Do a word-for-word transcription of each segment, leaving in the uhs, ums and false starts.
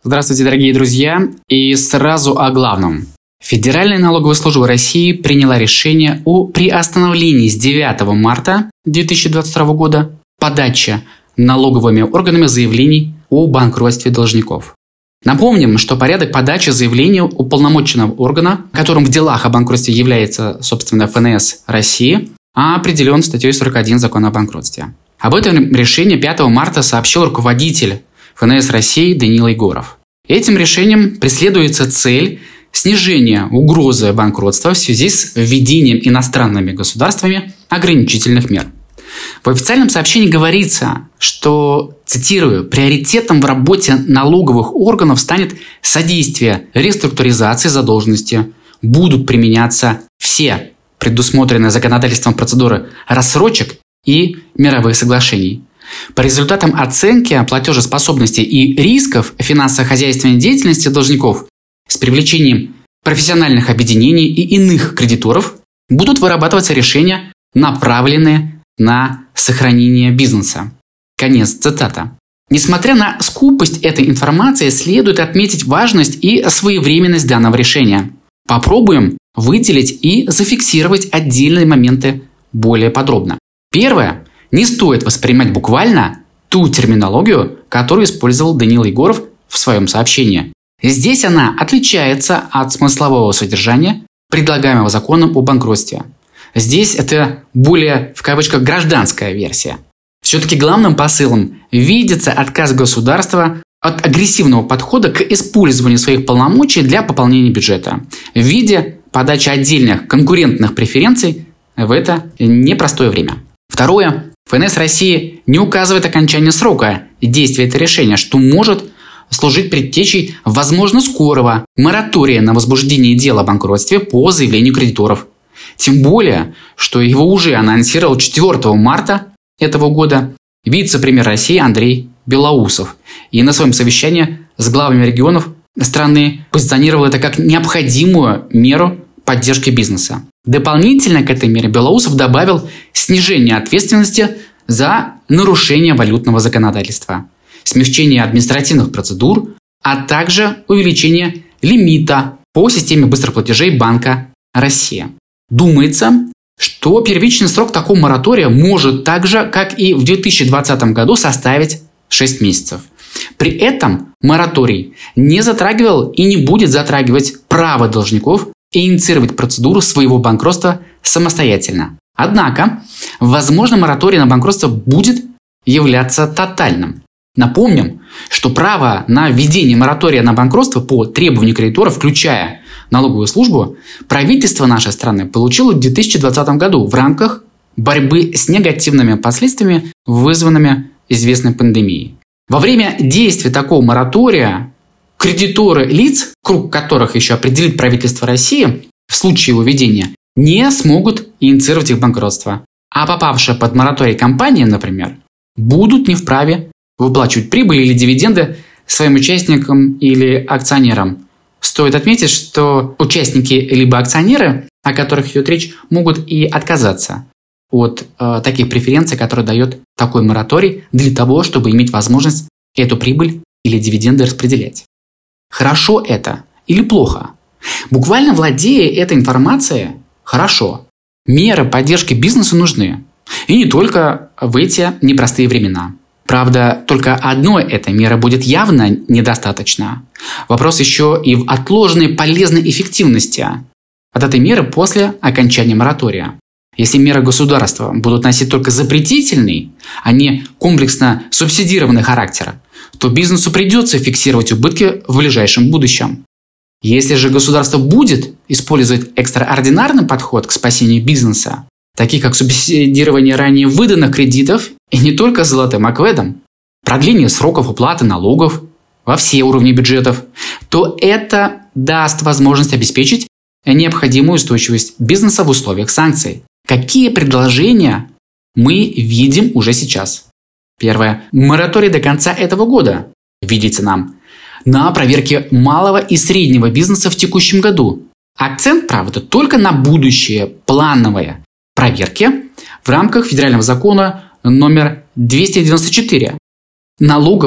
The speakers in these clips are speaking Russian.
Здравствуйте, дорогие друзья, и сразу о главном. Федеральная налоговая служба России приняла решение о приостановлении с девятого марта две тысячи двадцать второго года подачи налоговыми органами заявлений о банкротстве должников. Напомним, что порядок подачи заявления уполномоченного органа, которым в делах о банкротстве является, собственно, эф эн эс России, определен статьей сорок один Закона о банкротстве. Об этом решении пятого марта сообщил руководитель эф эн эс России Даниил Егоров. Этим решением преследуется цель снижения угрозы банкротства в связи с введением иностранными государствами ограничительных мер. В официальном сообщении говорится, что, цитирую, «приоритетом в работе налоговых органов станет содействие реструктуризации задолженности. Будут применяться все предусмотренные законодательством процедуры рассрочек и мировых соглашений. По результатам оценки платежеспособности и рисков финансово-хозяйственной деятельности должников с привлечением профессиональных объединений и иных кредиторов будут вырабатываться решения, направленные на сохранение бизнеса». Конец цитата. Несмотря на скупость этой информации, следует отметить важность и своевременность данного решения. Попробуем выделить и зафиксировать отдельные моменты более подробно. Первое. Не стоит воспринимать буквально ту терминологию, которую использовал Даниил Егоров в своем сообщении. Здесь она отличается от смыслового содержания, предлагаемого законом о банкротстве. Здесь это более, в кавычках, гражданская версия. Все-таки главным посылом видится отказ государства от агрессивного подхода к использованию своих полномочий для пополнения бюджета в виде подачи отдельных конкурентных преференций в это непростое время. Второе. эф эн эс России не указывает окончание срока действия этого решения, что может служить предтечей возможно скорого моратория на возбуждение дела о банкротстве по заявлению кредиторов. Тем более, что его уже анонсировал четвёртого марта этого года вице-премьер России Андрей Белоусов. И на своем совещании с главами регионов страны позиционировал это как необходимую меру поддержки бизнеса. Дополнительно к этой мере Белоусов добавил снижение ответственности за нарушение валютного законодательства, смягчение административных процедур, а также увеличение лимита по системе быстрых платежей Банка России. Думается, что первичный срок такого моратория может так же, как и в две тысячи двадцатом году, составить шесть месяцев. При этом мораторий не затрагивал и не будет затрагивать право должников инициировать процедуру своего банкротства самостоятельно. Однако, возможно, мораторий на банкротство будет являться тотальным. Напомним, что право на введение моратория на банкротство по требованию кредиторов, включая налоговую службу, правительство нашей страны получило в две тысячи двадцатом году в рамках борьбы с негативными последствиями, вызванными известной пандемией. Во время действия такого моратория кредиторы лиц, круг которых еще определит правительство России в случае его введения, не смогут инициировать их банкротство. А попавшие под мораторий компании, например, будут не вправе выплачивать прибыль или дивиденды своим участникам или акционерам. Стоит отметить, что участники либо акционеры, о которых идет речь, могут и отказаться от э, таких преференций, которые дает такой мораторий, для того, чтобы иметь возможность эту прибыль или дивиденды распределять. Хорошо это или плохо? Буквально владея этой информацией, хорошо. Меры поддержки бизнеса нужны. И не только в эти непростые времена. Правда, только одной этой меры будет явно недостаточно. Вопрос еще и в отложенной полезной эффективности от этой меры после окончания моратория. Если меры государства будут носить только запретительный, а не комплексно субсидированный характер, то бизнесу придется фиксировать убытки в ближайшем будущем. Если же государство будет использовать экстраординарный подход к спасению бизнеса, такие как субсидирование ранее выданных кредитов и не только золотым акведом, продление сроков уплаты налогов во все уровни бюджетов, то это даст возможность обеспечить необходимую устойчивость бизнеса в условиях санкций. Какие предложения мы видим уже сейчас? Первое. Мораторий до конца этого года, видите нам, на проверке малого и среднего бизнеса в текущем году. Акцент, правда, только на будущее плановые проверки в рамках федерального закона номер двести девяносто четыре налоговых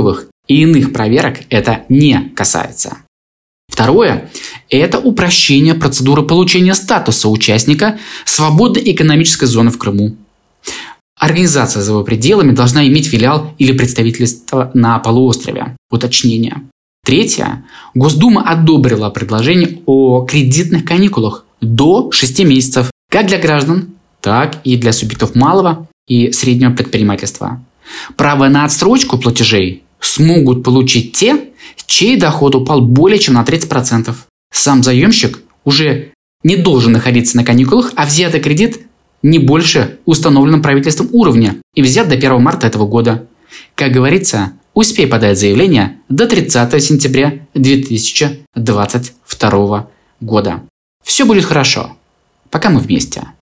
и иных проверок это не касается. Второе – это упрощение процедуры получения статуса участника свободной экономической зоны в Крыму. Организация за его пределами должна иметь филиал или представительство на полуострове. Уточнение. Третье. Госдума одобрила предложение о кредитных каникулах до шести месяцев как для граждан, так и для субъектов малого и среднего предпринимательства. Право на отсрочку платежей смогут получить те, чей доход упал более чем на тридцать процентов. Сам заемщик уже не должен находиться на каникулах, а взятый кредит не больше установленного правительством уровня и взят до первого марта этого года. Как говорится, успей подать заявление до тридцатого сентября две тысячи двадцать второго года. Все будет хорошо, пока мы вместе.